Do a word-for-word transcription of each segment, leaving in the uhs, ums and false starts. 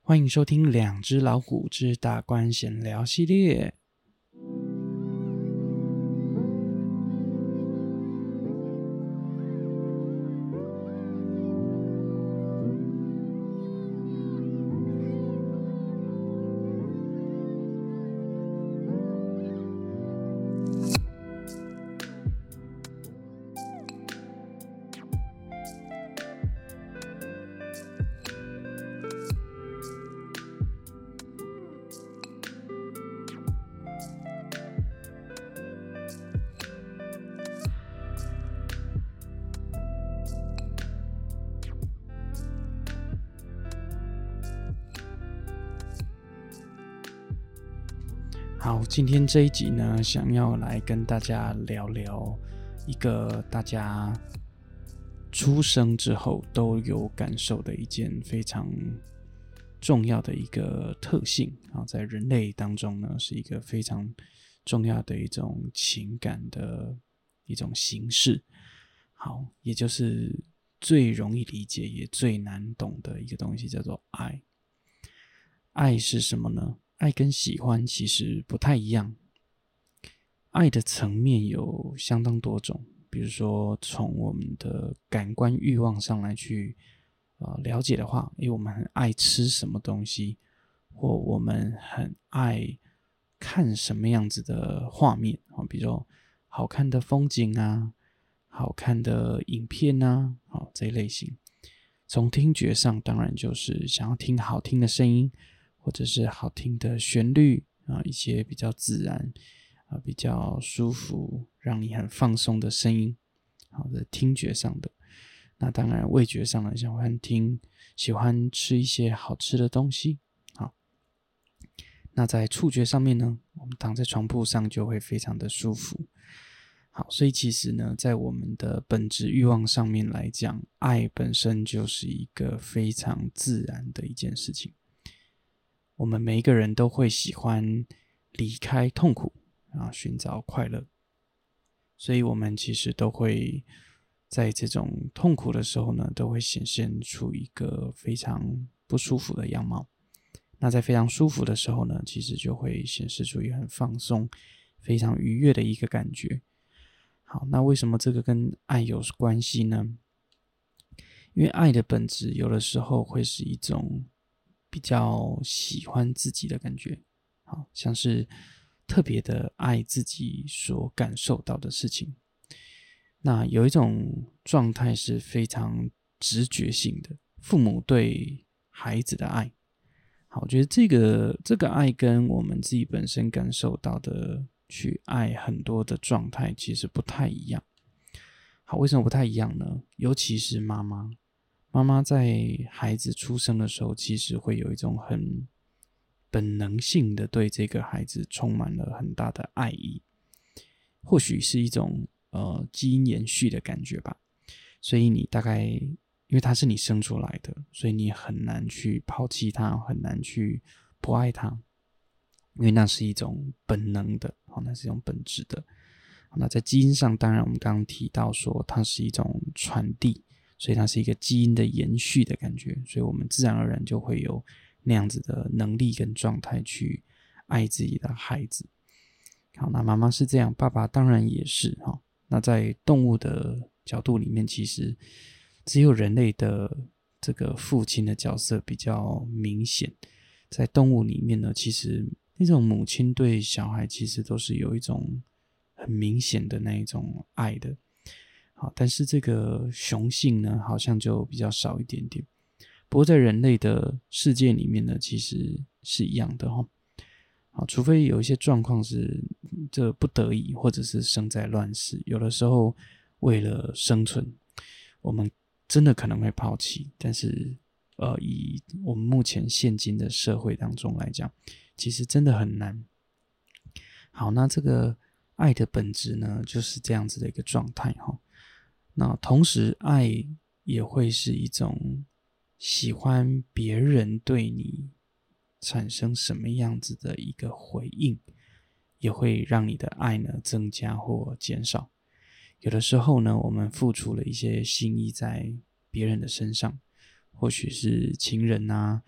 欢迎收听两只老虎之大官闲聊系列。好，今天这一集呢，想要来跟大家聊聊一个大家出生之后都有感受的一件非常重要的一个特性啊，在人类当中呢，是一个非常重要的一种情感的一种形式。好，也就是最容易理解也最难懂的一个东西，叫做爱。爱是什么呢？爱跟喜欢其实不太一样，爱的层面有相当多种，比如说从我们的感官欲望上来去、呃、了解的话，因为我们很爱吃什么东西，或我们很爱看什么样子的画面，比如说好看的风景啊，好看的影片啊，这一类型。从听觉上当然就是想要听好听的声音，或者是好听的旋律啊，一些比较自然啊，比较舒服，让你很放松的声音，好的听觉上的。那当然味觉上呢，喜欢听，喜欢吃一些好吃的东西。好，那在触觉上面呢，我们躺在床铺上就会非常的舒服。好，所以其实呢，在我们的本质欲望上面来讲，爱本身就是一个非常自然的一件事情。我们每一个人都会喜欢离开痛苦啊，寻找快乐，所以我们其实都会在这种痛苦的时候呢，都会显现出一个非常不舒服的样貌。那在非常舒服的时候呢，其实就会显示出一个很放松、非常愉悦的一个感觉。好，那为什么这个跟爱有关系呢？因为爱的本质有的时候会是一种比较喜欢自己的感觉，好，像是特别的爱自己所感受到的事情。那有一种状态是非常直觉性的，父母对孩子的爱。好，我觉得这个这个爱跟我们自己本身感受到的去爱很多的状态其实不太一样。好，为什么不太一样呢？尤其是妈妈。妈妈在孩子出生的时候，其实会有一种很本能性的对这个孩子充满了很大的爱意，或许是一种呃基因延续的感觉吧。所以你大概因为他是你生出来的，所以你很难去抛弃他，很难去不爱他，因为那是一种本能的，那是一种本质的。那在基因上，当然我们刚刚提到说它是一种传递，所以它是一个基因的延续的感觉，所以我们自然而然就会有那样子的能力跟状态去爱自己的孩子。好，那妈妈是这样，爸爸当然也是。那在动物的角度里面，其实只有人类的这个父亲的角色比较明显。在动物里面呢，其实那种母亲对小孩其实都是有一种很明显的那一种爱的。好，但是这个雄性呢，好像就比较少一点点。不过在人类的世界里面呢，其实是一样的齁。好，除非有一些状况是这不得已，或者是生在乱世，有的时候为了生存，我们真的可能会抛弃。但是，呃，以我们目前现今的社会当中来讲，其实真的很难。好，那这个爱的本质呢，就是这样子的一个状态齁。那同时爱也会是一种喜欢别人对你产生什么样子的一个回应，也会让你的爱呢增加或减少。有的时候呢，我们付出了一些心意在别人的身上，或许是情人啊，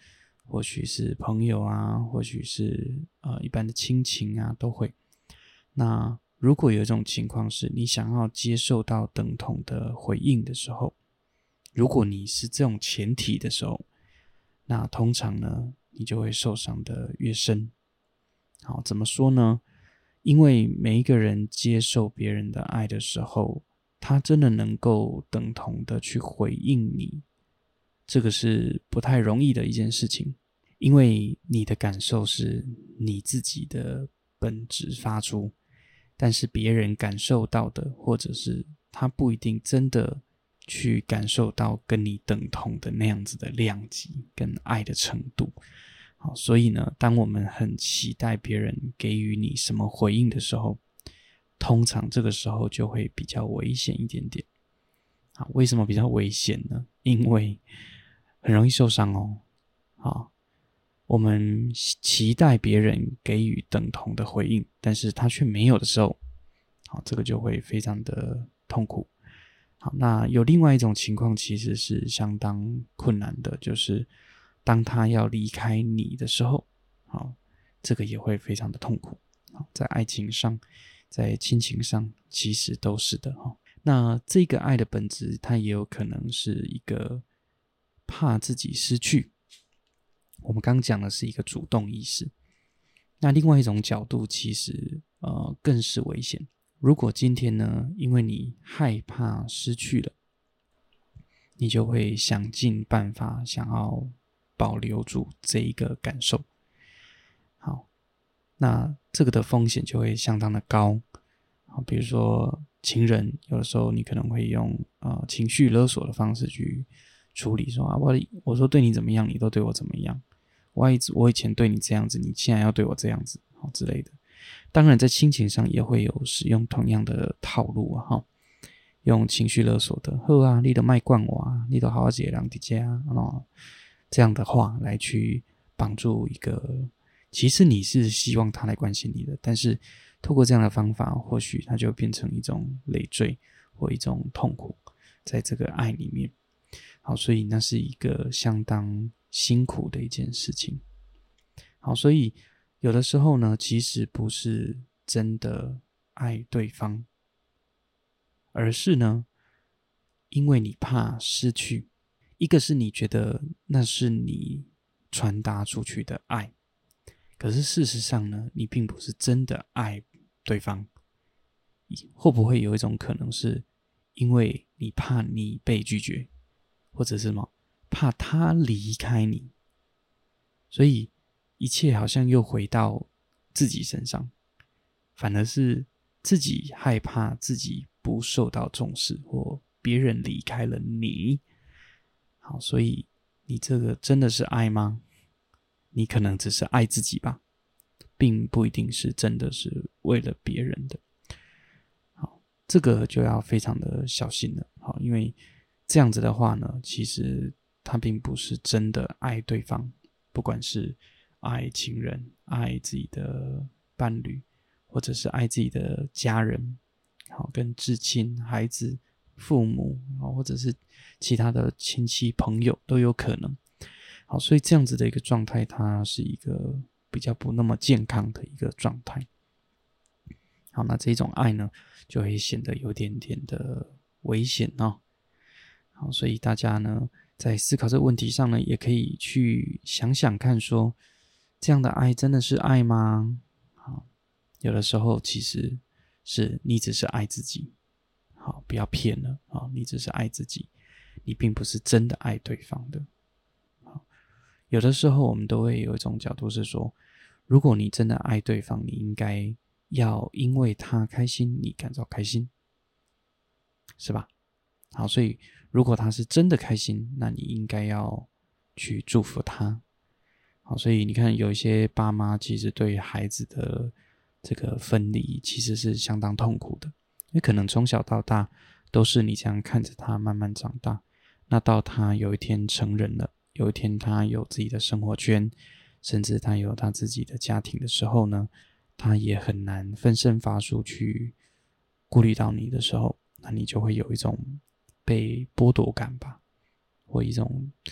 或许是朋友啊，或许是呃一般的亲情啊，都会。那如果有一种情况是你想要接受到等同的回应的时候，如果你是这种前提的时候，那通常呢，你就会受伤的越深。好，怎么说呢？因为每一个人接受别人的爱的时候，他真的能够等同的去回应你，这个是不太容易的一件事情。因为你的感受是你自己的本质发出，但是别人感受到的，或者是他不一定真的去感受到跟你等同的那样子的量级跟爱的程度。好，所以呢，当我们很期待别人给予你什么回应的时候，通常这个时候就会比较危险一点点。好，为什么比较危险呢？因为很容易受伤哦。好，我们期待别人给予等同的回应，但是他却没有的时候，好，这个就会非常的痛苦。好，那有另外一种情况其实是相当困难的，就是当他要离开你的时候，好，这个也会非常的痛苦。好，在爱情上，在亲情上，其实都是的。那这个爱的本质，它也有可能是一个怕自己失去。我们刚刚讲的是一个主动意识，那另外一种角度其实呃更是危险。如果今天呢，因为你害怕失去了，你就会想尽办法想要保留住这一个感受。好，那这个的风险就会相当的高。好，比如说情人，有的时候你可能会用呃情绪勒索的方式去处理，说啊，我我说对你怎么样，你都对我怎么样。我以我以前对你这样子，你现在要对我这样子，好之类的。当然，在亲情上也会有使用同样的套路啊，哈，用情绪勒索的，好啊，你都卖惯我啊，你都好好一个人在家哦，这样的话来去帮助一个，其实你是希望他来关心你的，但是透过这样的方法，或许他就变成一种累赘或一种痛苦，在这个爱里面。好，所以那是一个相当辛苦的一件事情。好，所以有的时候呢，其实不是真的爱对方，而是呢，因为你怕失去。一个是你觉得那是你传达出去的爱，可是事实上呢，你并不是真的爱对方。会不会有一种可能是，因为你怕你被拒绝，或者是什么，怕他离开你，所以一切好像又回到自己身上，反而是自己害怕自己不受到重视，或别人离开了你。好，所以你这个真的是爱吗？你可能只是爱自己吧，并不一定是真的是为了别人的。好，这个就要非常的小心了。好，因为这样子的话呢，其实他并不是真的爱对方，不管是爱情人、爱自己的伴侣，或者是爱自己的家人，好，跟至亲、孩子、父母，或者是其他的亲戚朋友都有可能。好，所以这样子的一个状态，它是一个比较不那么健康的一个状态。好，那这种爱呢，就会显得有点点的危险哦。好，所以大家呢，在思考这个问题上呢，也可以去想想看说，这样的爱真的是爱吗？好，有的时候其实是你只是爱自己。好，不要骗了啊！你只是爱自己，你并不是真的爱对方的。好，有的时候我们都会有一种角度是说，如果你真的爱对方，你应该要因为他开心，你感到开心，是吧？好，所以如果他是真的开心，那你应该要去祝福他。好，所以你看，有一些爸妈其实对孩子的这个分离其实是相当痛苦的，因为可能从小到大都是你这样看着他慢慢长大，那到他有一天成人了，有一天他有自己的生活圈，甚至他有他自己的家庭的时候呢，他也很难分身乏术去顾虑到你的时候，那你就会有一种被剥夺感吧，或一种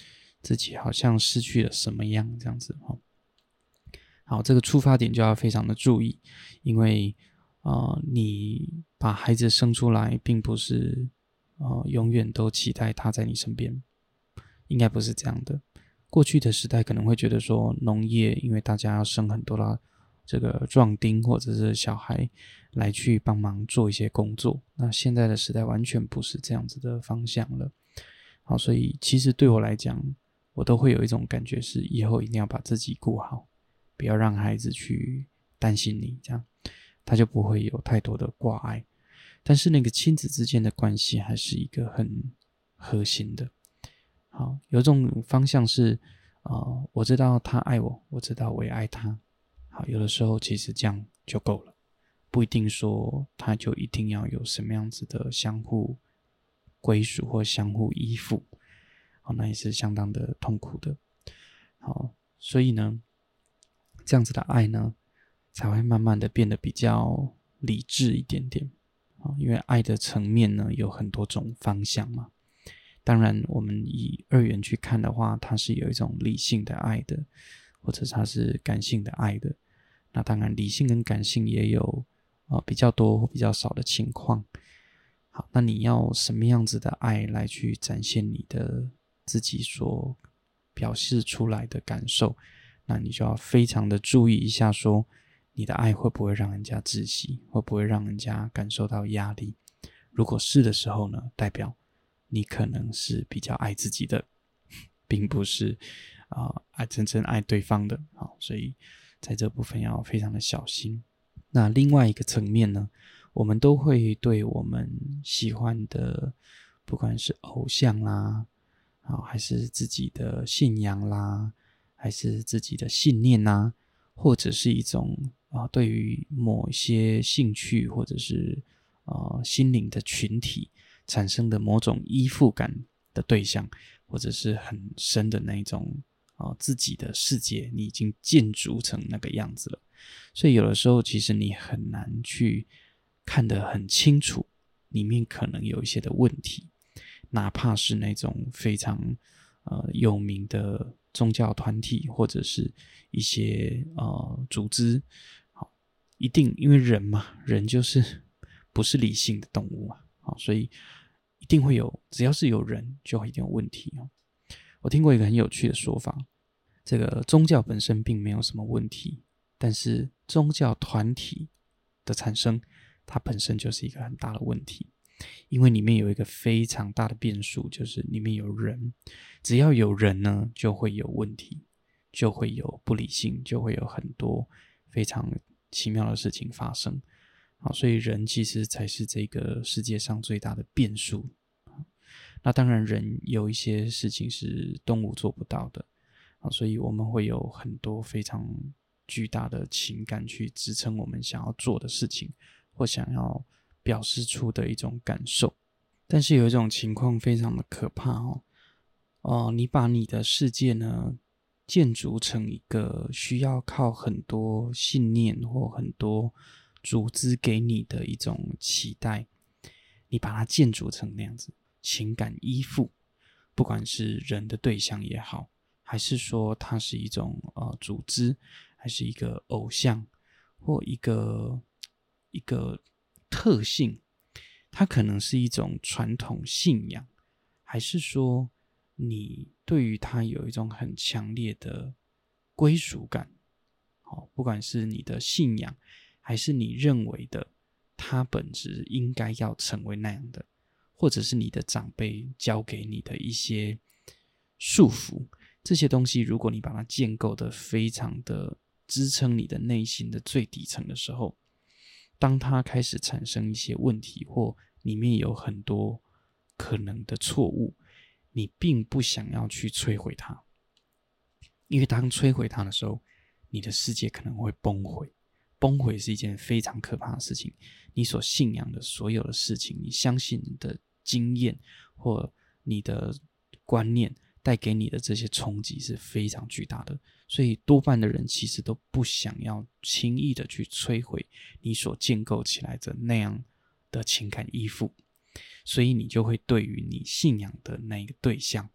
自己好像失去了什么样这样子。好，这个出发点就要非常的注意，因为呃，你把孩子生出来并不是呃永远都期待他在你身边，应该不是这样的。过去的时代可能会觉得说农业因为大家要生很多的这个壮丁或者是小孩来去帮忙做一些工作，那现在的时代完全不是这样子的方向了。好，所以其实对我来讲，我都会有一种感觉是以后一定要把自己顾好，不要让孩子去担心你，这样他就不会有太多的挂碍。但是那个亲子之间的关系还是一个很核心的。好，有种方向是呃，我知道他爱我，我知道我也爱他。好，有的时候其实这样就够了，不一定说他就一定要有什么样子的相互归属或相互依附。好，那也是相当的痛苦的。好，所以呢，这样子的爱呢，才会慢慢的变得比较理智一点点。因为爱的层面呢，有很多种方向嘛。当然我们以二元去看的话，它是有一种理性的爱的，或者它是感性的爱的。那当然理性跟感性也有、呃、比较多或比较少的情况。好，那你要什么样子的爱来去展现你的自己所表示出来的感受，那你就要非常的注意一下，说你的爱会不会让人家窒息，会不会让人家感受到压力。如果是的时候呢，代表你可能是比较爱自己的，并不是、呃、爱真正爱对方的。好，所以在这部分要非常的小心。那另外一个层面呢，我们都会对我们喜欢的，不管是偶像啦，还是自己的信仰啦，还是自己的信念啦，或者是一种、呃、对于某些兴趣或者是、呃、心灵的群体产生的某种依附感的对象，或者是很深的那种、呃、自己的世界，你已经建筑成那个样子了。所以有的时候其实你很难去看得很清楚，里面可能有一些的问题，哪怕是那种非常、呃、有名的宗教团体或者是一些、呃、组织。好，一定因为人嘛，人就是不是理性的动物嘛。好，所以一定会有，只要是有人就一定有问题。我听过一个很有趣的说法，这个宗教本身并没有什么问题，但是宗教团体的产生，它本身就是一个很大的问题。因为里面有一个非常大的变数，就是里面有人，只要有人呢，就会有问题，就会有不理性，就会有很多非常奇妙的事情发生。好，所以人其实才是这个世界上最大的变数。那当然人有一些事情是动物做不到的，好，所以我们会有很多非常巨大的情感去支撑我们想要做的事情，或想要表示出的一种感受。但是有一种情况非常的可怕哦，呃、你把你的世界呢建筑成一个需要靠很多信念或很多组织给你的一种期待，你把它建筑成那样子，情感依附，不管是人的对象也好，还是说它是一种、呃、组织，还是一个偶像，或一个一个特性，它可能是一种传统信仰，还是说你对于它有一种很强烈的归属感。好，不管是你的信仰，还是你认为的它本质应该要成为那样的，或者是你的长辈教给你的一些束缚，这些东西如果你把它建构的非常的支撑你的内心的最底层的时候，当它开始产生一些问题，或里面有很多可能的错误，你并不想要去摧毁它，因为当摧毁它的时候，你的世界可能会崩毁。崩毁是一件非常可怕的事情，你所信仰的所有的事情，你相信的经验或你的观念带给你的这些冲击是非常巨大的，所以多半的人其实都不想要轻易的去摧毁你所建构起来的那样的情感依附，所以你就会对于你信仰的那个对象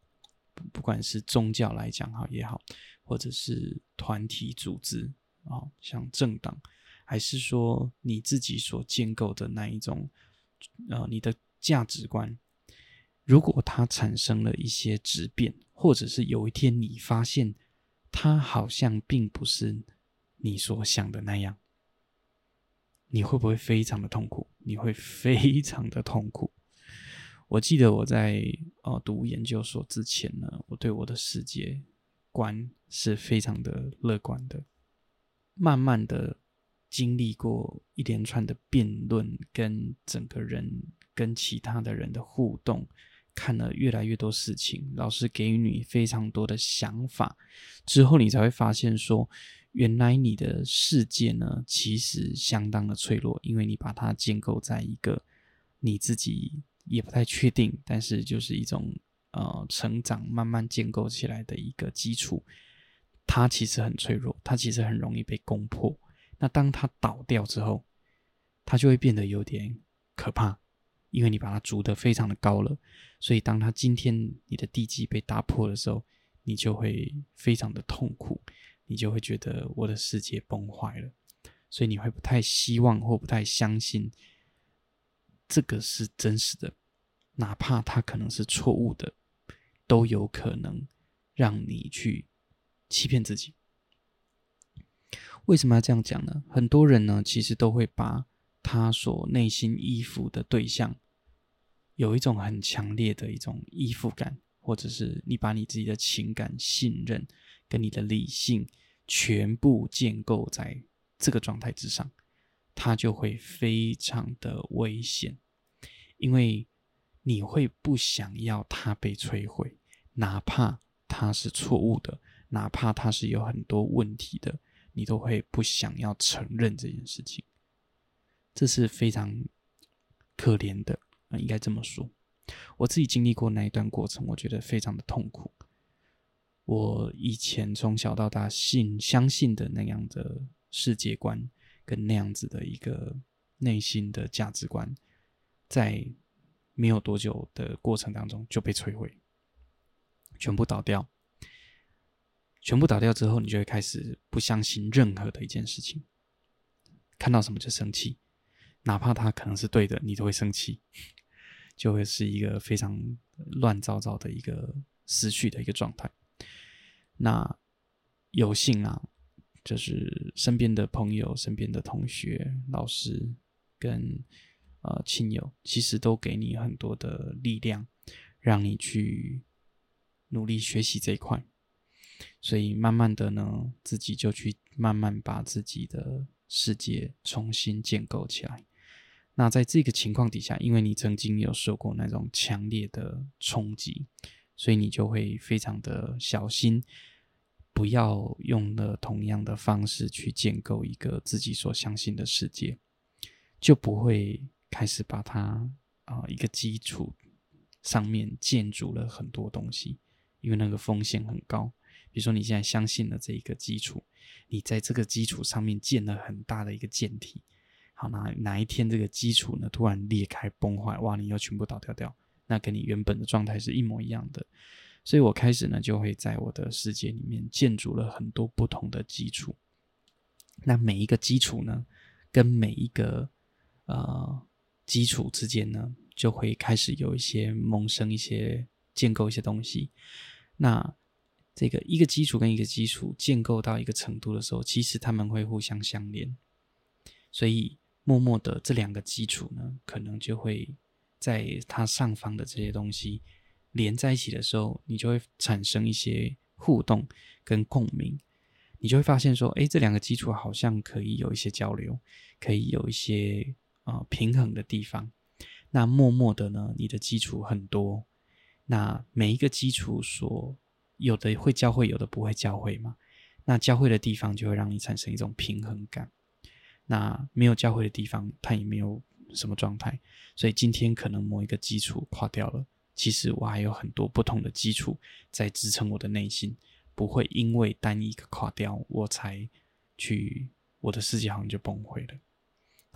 不管是宗教来讲好也好，或者是团体组织啊，像政党，还是说你自己所建构的那一种呃你的价值观，如果它产生了一些质变，或者是有一天你发现它好像并不是你所想的那样，你会不会非常的痛苦？你会非常的痛苦。我记得我在呃读研究所之前呢，我对我的世界观是非常的乐观的。慢慢的经历过一连串的辩论，跟整个人跟其他的人的互动，看了越来越多事情，老师给予你非常多的想法之后，你才会发现说，原来你的世界呢其实相当的脆弱，因为你把它建构在一个你自己也不太确定，但是就是一种呃成长慢慢建构起来的一个基础，它其实很脆弱，它其实很容易被攻破。那当它倒掉之后，它就会变得有点可怕，因为你把它筑得非常的高了，所以当它今天你的地基被打破的时候，你就会非常的痛苦，你就会觉得我的世界崩坏了，所以你会不太希望或不太相信这个是真实的，哪怕它可能是错误的，都有可能让你去欺骗自己。为什么要这样讲呢？很多人呢，其实都会把他所内心依附的对象，有一种很强烈的一种依附感，或者是你把你自己的情感、信任跟你的理性全部建构在这个状态之上，它就会非常的危险，因为你会不想要它被摧毁，哪怕它是错误的，哪怕它是有很多问题的，你都会不想要承认这件事情。这是非常可怜的，应该这么说。我自己经历过那一段过程，我觉得非常的痛苦。我以前从小到大信相信的那样的世界观，跟那样子的一个内心的价值观，在没有多久的过程当中就被摧毁，全部倒掉。全部倒掉之后，你就会开始不相信任何的一件事情，看到什么就生气，哪怕它可能是对的，你都会生气，就会是一个非常乱糟糟的一个思绪的一个状态。那有幸啊，就是身边的朋友、身边的同学、老师跟呃亲友，其实都给你很多的力量，让你去努力学习这一块。所以慢慢的呢，自己就去慢慢把自己的世界重新建构起来。那在这个情况底下，因为你曾经有受过那种强烈的冲击，所以你就会非常的小心，不要用了同样的方式去建构一个自己所相信的世界，就不会开始把它、呃、一个基础上面建筑了很多东西，因为那个风险很高。比如说你现在相信了这一个基础，你在这个基础上面建了很大的一个舰体，好，哪哪一天这个基础呢突然裂开崩坏，哇，你又全部倒掉掉，那跟你原本的状态是一模一样的。所以我开始呢就会在我的世界里面建筑了很多不同的基础。那每一个基础呢，跟每一个呃基础之间呢，就会开始有一些萌生一些建构一些东西。那这个一个基础跟一个基础建构到一个程度的时候，其实他们会互相相连，所以默默的这两个基础呢，可能就会在它上方的这些东西连在一起的时候，你就会产生一些互动跟共鸣，你就会发现说，诶，这两个基础好像可以有一些交流，可以有一些、呃、平衡的地方。那默默的呢，你的基础很多，那每一个基础所有的会交汇，有的不会交汇嘛，那交汇的地方就会让你产生一种平衡感，那没有交汇的地方它也没有什么状态。所以今天可能某一个基础垮掉了，其实我还有很多不同的基础在支撑我的内心，不会因为单一个垮掉我才去我的世界好像就崩溃了。好，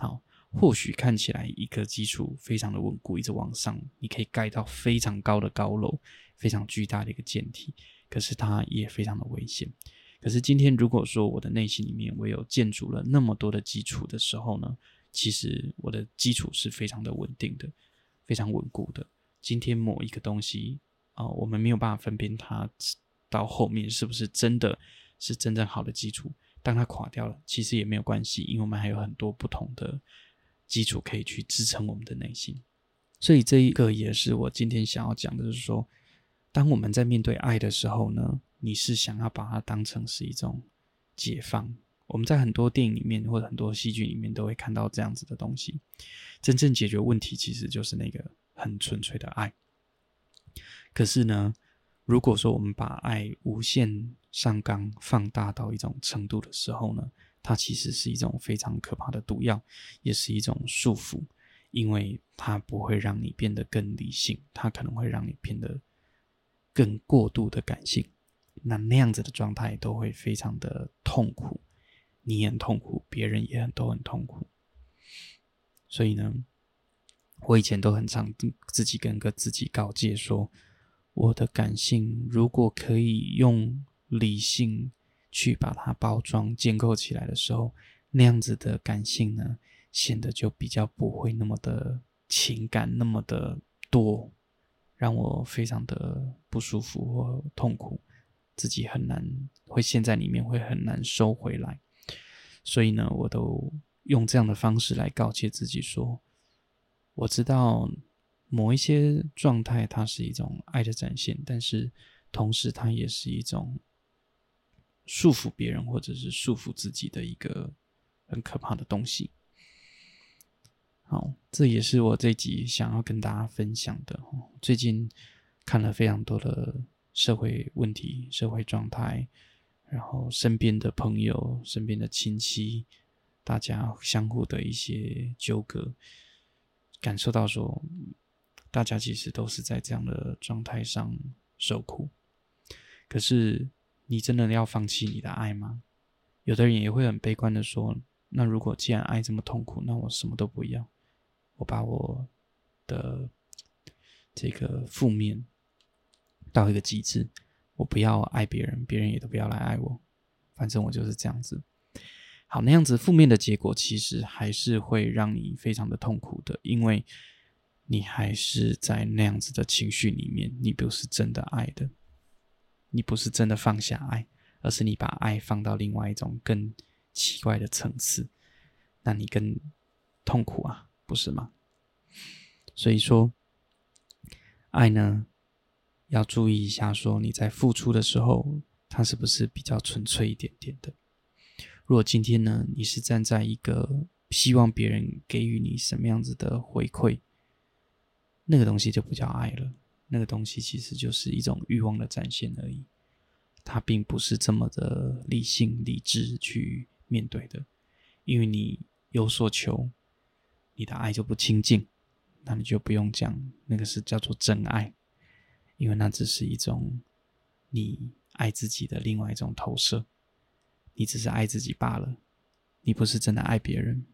或许看起来一个基础非常的稳固，一直往上，你可以盖到非常高的高楼，非常巨大的一个建体，可是它也非常的危险。可是今天如果说我的内心里面我有建筑了那么多的基础的时候呢，其实我的基础是非常的稳定的，非常稳固的。今天某一个东西、呃、我们没有办法分辨它到后面是不是真的是真正好的基础，当它垮掉了其实也没有关系，因为我们还有很多不同的基础可以去支撑我们的内心。所以这一个也是我今天想要讲的，就是说当我们在面对爱的时候呢，你是想要把它当成是一种解放。我们在很多电影里面或者很多戏剧里面都会看到这样子的东西，真正解决问题其实就是那个很纯粹的爱。可是呢，如果说我们把爱无限上纲放大到一种程度的时候呢，它其实是一种非常可怕的毒药，也是一种束缚，因为它不会让你变得更理性，它可能会让你变得更过度的感性，那那样子的状态都会非常的痛苦，你也很痛苦，别人也很都很痛苦。所以呢，我以前都很常自己跟个自己告诫说，我的感性如果可以用理性去把它包装建构起来的时候，那样子的感性呢，显得就比较不会那么的情感那么的多，让我非常的不舒服或痛苦，自己很难会陷在里面，会很难收回来。所以呢，我都用这样的方式来告诫自己说，我知道某一些状态它是一种爱的展现，但是同时它也是一种束缚别人或者是束缚自己的一个很可怕的东西。好，这也是我这集想要跟大家分享的。最近看了非常多的社会问题、社会状态，然后身边的朋友、身边的亲戚，大家相互的一些纠葛，感受到说大家其实都是在这样的状态上受苦。可是你真的要放弃你的爱吗？有的人也会很悲观的说，那如果既然爱这么痛苦，那我什么都不要，我把我的这个负面到一个极致，我不要爱别人，别人也都不要来爱我，反正我就是这样子。好，那样子负面的结果其实还是会让你非常的痛苦的，因为你还是在那样子的情绪里面，你不是真的爱的，你不是真的放下爱，而是你把爱放到另外一种更奇怪的层次，那你更痛苦啊，不是吗？所以说爱呢，要注意一下说你在付出的时候，它是不是比较纯粹一点点的。如果今天呢，你是站在一个希望别人给予你什么样子的回馈，那个东西就不叫爱了，那个东西其实就是一种欲望的展现而已，它并不是这么的理性理智去面对的。因为你有所求，你的爱就不清净，那你就不用讲那个是叫做真爱，因为那只是一种你爱自己的另外一种投射，你只是爱自己罢了，你不是真的爱别人。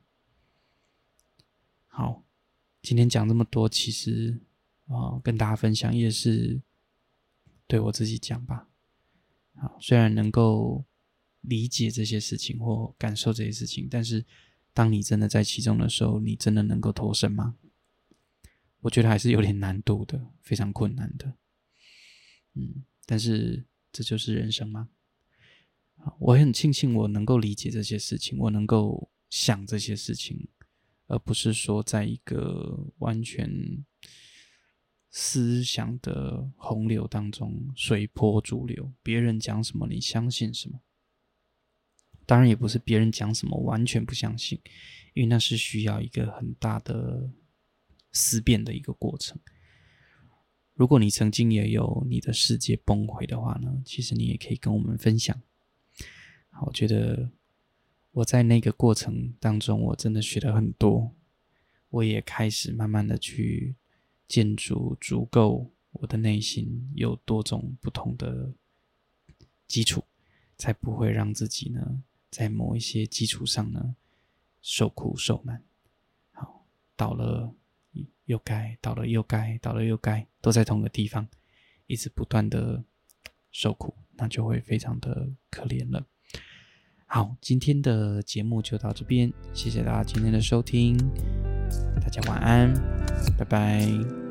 好，今天讲这么多，其实、呃、跟大家分享也是对我自己讲吧。好，虽然能够理解这些事情或感受这些事情，但是当你真的在其中的时候，你真的能够脱身吗？我觉得还是有点难度的，非常困难的。嗯，但是这就是人生吗？我很庆幸我能够理解这些事情，我能够想这些事情，而不是说在一个完全思想的洪流当中随波逐流，别人讲什么你相信什么。当然也不是别人讲什么完全不相信，因为那是需要一个很大的思辨的一个过程。如果你曾经也有你的世界崩毁的话呢，其实你也可以跟我们分享。我觉得我在那个过程当中，我真的学了很多，我也开始慢慢的去建筑足够我的内心有多种不同的基础，才不会让自己呢在某一些基础上呢受苦受难。 倒了又盖，倒了又盖，倒了又盖，都在同个地方，一直不断的受苦，那就会非常的可怜了。好，今天的节目就到这边，谢谢大家今天的收听，大家晚安，拜拜。